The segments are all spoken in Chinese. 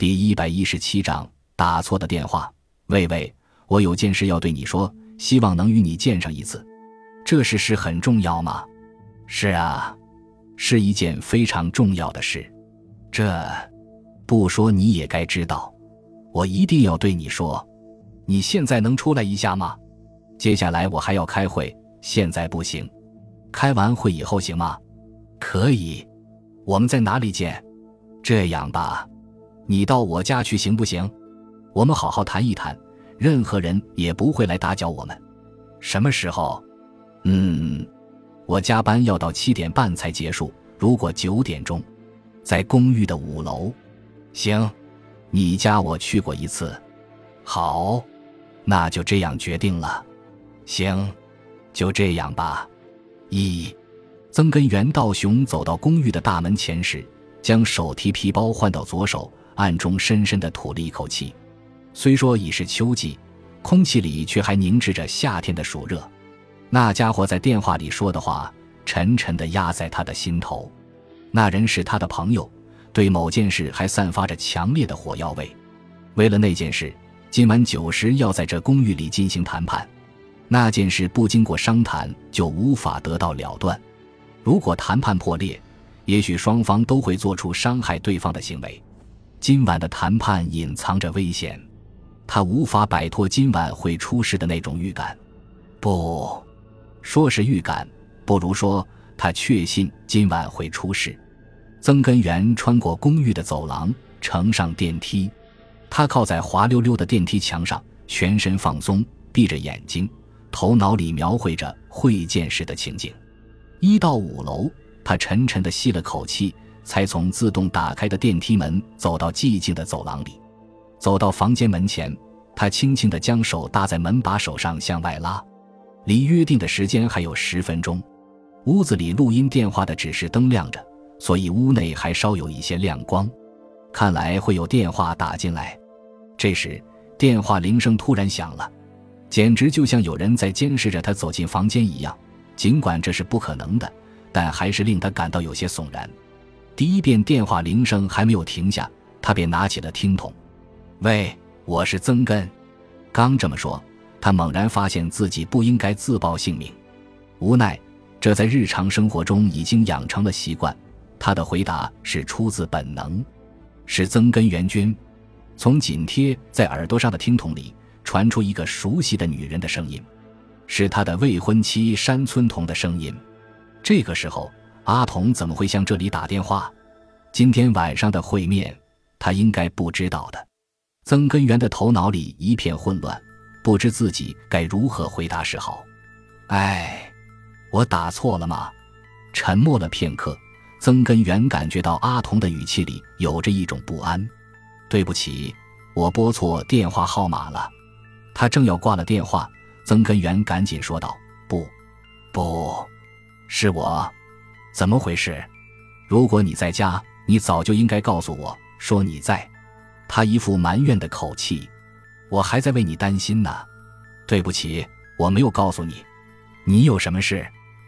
第117章打错的电话。喂喂，我有件事要对你说，希望能与你见上一次。这事很重要吗？是啊，是一件非常重要的事。这不说你也该知道，我一定要对你说。你现在能出来一下吗？接下来我还要开会，现在不行。开完会以后行吗？可以。我们在哪里见？这样吧，你到我家去行不行？我们好好谈一谈，任何人也不会来打搅我们。什么时候？我加班要到7点半才结束，如果9点钟，在公寓的5楼。行，你家我去过一次。好，那就这样决定了。行，就这样吧。曾根元道雄走到公寓的大门前时，将手提皮包换到左手，暗中深深地吐了一口气。虽说已是秋季，空气里却还凝滞着夏天的暑热。那家伙在电话里说的话沉沉地压在他的心头。那人是他的朋友，对某件事还散发着强烈的火药味。为了那件事，今晚9时要在这公寓里进行谈判。那件事不经过商谈就无法得到了断。如果谈判破裂，也许双方都会做出伤害对方的行为。今晚的谈判隐藏着危险，他无法摆脱今晚会出事的那种预感。不，说是预感，不如说他确信今晚会出事。曾根元穿过公寓的走廊，乘上电梯。他靠在滑溜溜的电梯墙上，全身放松，闭着眼睛，头脑里描绘着会见时的情景。1到5楼，他沉沉地吸了口气，才从自动打开的电梯门走到寂静的走廊里。走到房间门前，他轻轻地将手搭在门把手上向外拉。离约定的时间还有10分钟。屋子里录音电话的指示灯亮着，所以屋内还稍有一些亮光，看来会有电话打进来。这时电话铃声突然响了，简直就像有人在监视着他走进房间一样。尽管这是不可能的，但还是令他感到有些悚然。第一遍电话铃声还没有停下，他便拿起了听筒。喂，我是曾根。刚这么说，他猛然发现自己不应该自报姓名。无奈这在日常生活中已经养成了习惯，他的回答是出自本能。是曾根元君。从紧贴在耳朵上的听筒里传出一个熟悉的女人的声音，是他的未婚妻山村童的声音。这个时候阿童怎么会向这里打电话？今天晚上的会面他应该不知道的。曾根元的头脑里一片混乱，不知自己该如何回答是好。我打错了吗？沉默了片刻，曾根元感觉到阿童的语气里有着一种不安。对不起，我拨错电话号码了。他正要挂了电话，曾根元赶紧说道：不，是我。怎么回事？如果你在家，你早就应该告诉我，说你在。他一副埋怨的口气。我还在为你担心呢。对不起，我没有告诉你。你有什么事？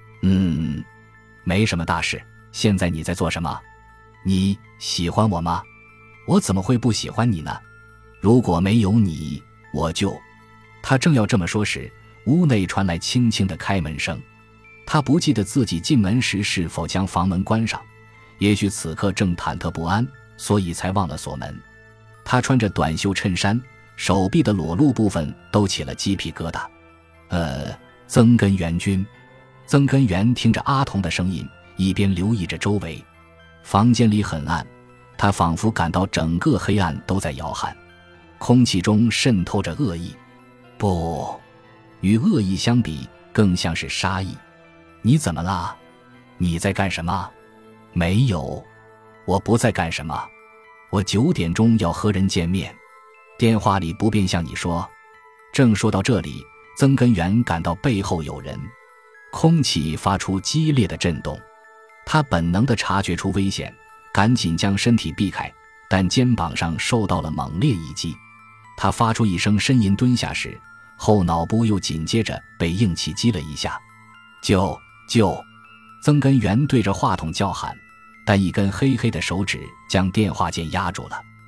没什么大事。现在你在做什么？你喜欢我吗？我怎么会不喜欢你呢？如果没有你，我就……他正要这么说时，屋内传来轻轻的开门声。他不记得自己进门时是否将房门关上，也许此刻正忐忑不安，所以才忘了锁门。他穿着短袖衬衫，手臂的裸露部分都起了鸡皮疙瘩。曾根元君。曾根元听着阿童的声音，一边留意着周围。房间里很暗，他仿佛感到整个黑暗都在摇撼，空气中渗透着恶意。不，与恶意相比，更像是杀意。你怎么了？你在干什么？没有，我不在干什么。我9点钟要和人见面，电话里不便向你说。正说到这里，曾根元感到背后有人，空气发出激烈的震动。他本能地察觉出危险，赶紧将身体避开，但肩膀上受到了猛烈一击。他发出一声呻吟，蹲下时，后脑部又紧接着被硬气击了一下。救！曾根元对着话筒叫喊，但一根黑黑的手指将电话键压住了。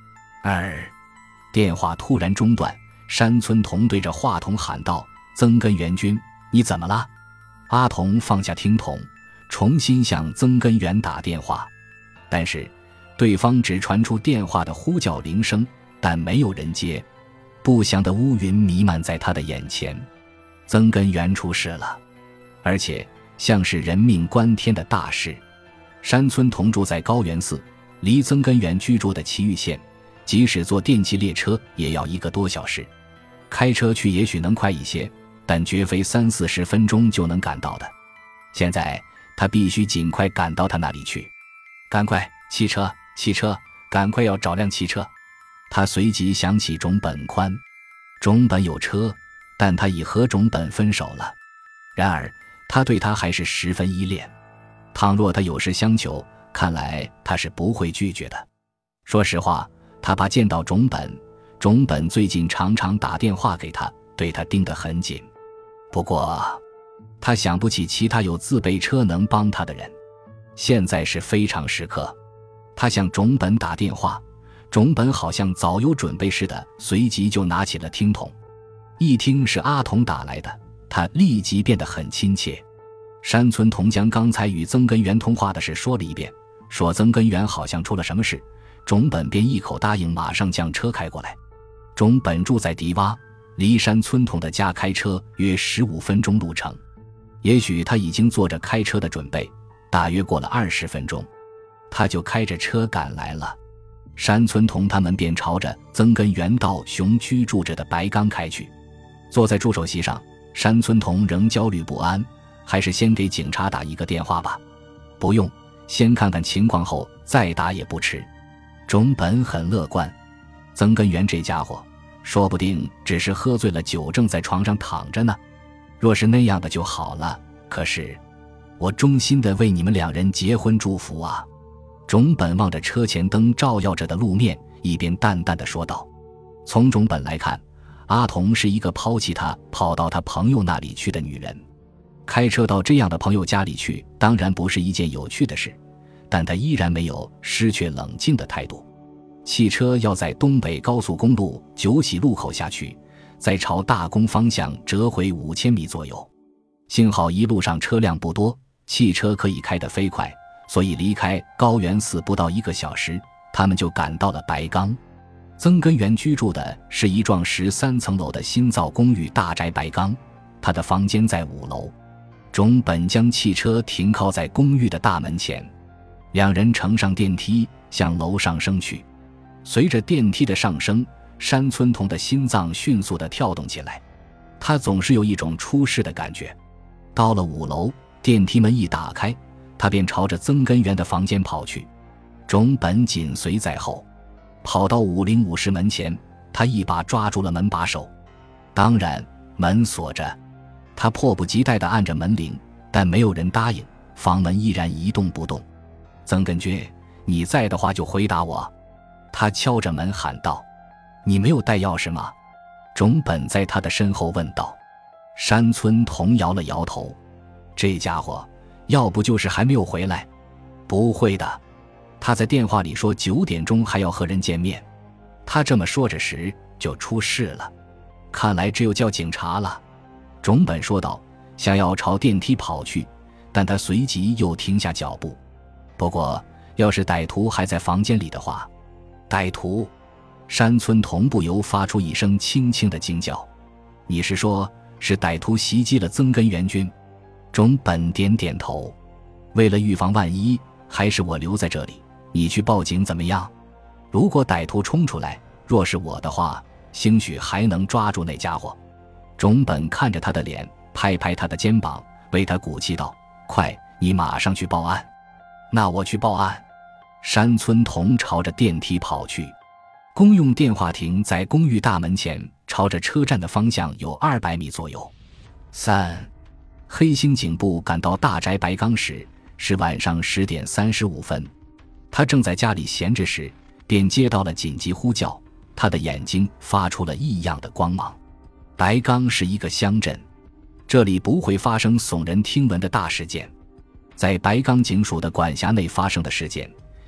电话突然中断，山村童对着话筒喊道：曾根源君，你怎么了？阿童放下听筒，重新向曾根源打电话，但是对方只传出电话的呼叫铃声，但没有人接。不祥的乌云弥漫在他的眼前，曾根源出事了，而且像是人命关天的大事。山村童住在高原寺，离曾根源居住的埼玉县，即使坐电气列车也要1个多小时，开车去也许能快一些，但绝非30-40分钟就能赶到的。现在他必须尽快赶到他那里去。赶快，汽车，赶快要找辆汽车。他随即想起种本宽，种本有车，但他已和种本分手了。然而他对他还是十分依恋，倘若他有事相求，看来他是不会拒绝的。说实话，他怕见到种本最近常常打电话给他，对他盯得很紧。不过他想不起其他有自备车能帮他的人，现在是非常时刻。他向种本打电话，种本好像早有准备似的，随即就拿起了听筒。一听是阿童打来的，他立即变得很亲切。山村童将刚才与曾根源通话的事说了一遍，说曾根源好像出了什么事，种本便一口答应马上将车开过来。种本住在迪洼，离山村童的家开车约15分钟路程，也许他已经做着开车的准备。大约过了20分钟，他就开着车赶来了。山村童他们便朝着曾根源道雄居住着的白冈开去。坐在助手席上，山村童仍焦虑不安，还是先给警察打一个电话吧。不用，先看看情况后再打也不迟。种本很乐观，曾根源这家伙说不定只是喝醉了酒，正在床上躺着呢。若是那样的就好了，可是我衷心地为你们2人结婚祝福啊。种本望着车前灯照耀着的路面，一边淡淡地说道。从种本来看，阿童是一个抛弃他跑到他朋友那里去的女人。开车到这样的朋友家里去当然不是一件有趣的事，但他依然没有失去冷静的态度。汽车要在东北高速公路九喜路口下去，再朝大宫方向折回5000米左右。幸好一路上车辆不多，汽车可以开得飞快，所以离开高原寺不到1个小时，他们就赶到了白冈。曾根源居住的是一幢13层楼的新造公寓大宅白冈，他的房间在5楼。种本将汽车停靠在公寓的大门前，2人乘上电梯向楼上升去。随着电梯的上升，山村童的心脏迅速地跳动起来，他总是有一种出事的感觉。到了5楼，电梯门一打开，他便朝着曾根源的房间跑去，种本紧随在后。跑到550门前，他一把抓住了门把手，当然门锁着。他迫不及待地按着门铃，但没有人答应，房门依然一动不动。曾根君，你在的话就回答我。他敲着门喊道。你没有带钥匙吗？种本在他的身后问道。山村童摇了摇头，这家伙要不就是还没有回来。不会的，他在电话里说9点钟还要和人见面。他这么说着时就出事了，看来只有叫警察了。种本说道，想要朝电梯跑去，但他随即又停下脚步。不过要是歹徒还在房间里的话。歹徒？山村童不由发出一声轻轻的惊叫。你是说是歹徒袭击了曾根源君？种本点点头。为了预防万一，还是我留在这里，你去报警怎么样？如果歹徒冲出来，若是我的话，兴许还能抓住那家伙。种本看着他的脸，拍拍他的肩膀，为他鼓气道，快，你马上去报案。那我去报案。山村童朝着电梯跑去。公用电话亭在公寓大门前，朝着车站的方向有200米左右。黑星警部赶到大宅白冈时是晚上10点35分，他正在家里闲着时，便接到了紧急呼叫，他的眼睛发出了异样的光芒。白冈是一个乡镇，这里不会发生耸人听闻的大事件。在白冈警署的管辖内发生的事件，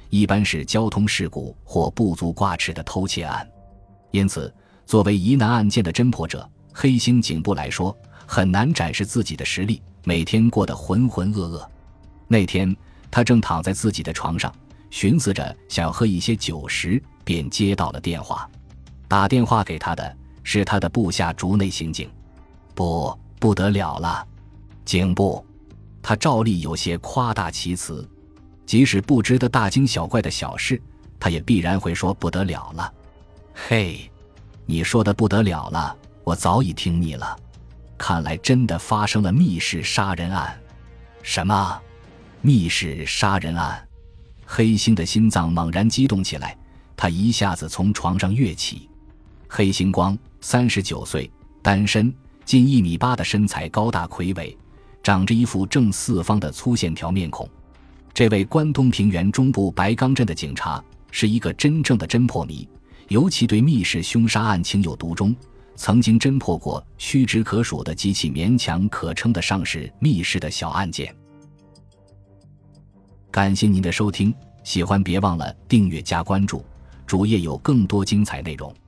一般是交通事故或不足挂齿的偷窃案。因此，作为疑难案件的侦破者，黑星警部来说很难展示自己的实力，每天过得浑浑噩噩。那天他正躺在自己的床上，寻思着想要喝一些酒时，便接到了电话。打电话给他的是他的部下竹内刑警。不得了了，警部。他照例有些夸大其词，即使不值得大惊小怪的小事，他也必然会说不得了了。嘿，你说的不得了了，我早已听腻了。看来真的发生了密室杀人案。什么？密室杀人案？黑星的心脏猛然激动起来，他一下子从床上跃起。黑星光39岁，单身，近1.8米的身材，高大魁伟，长着一副正四方的粗线条面孔。这位关东平原中部白冈镇的警察是一个真正的侦破迷，尤其对密室凶杀案情有独钟，曾经侦破过屈指可数的极其勉强可称得上是密室的小案件。感谢您的收听，喜欢别忘了订阅加关注，主页有更多精彩内容。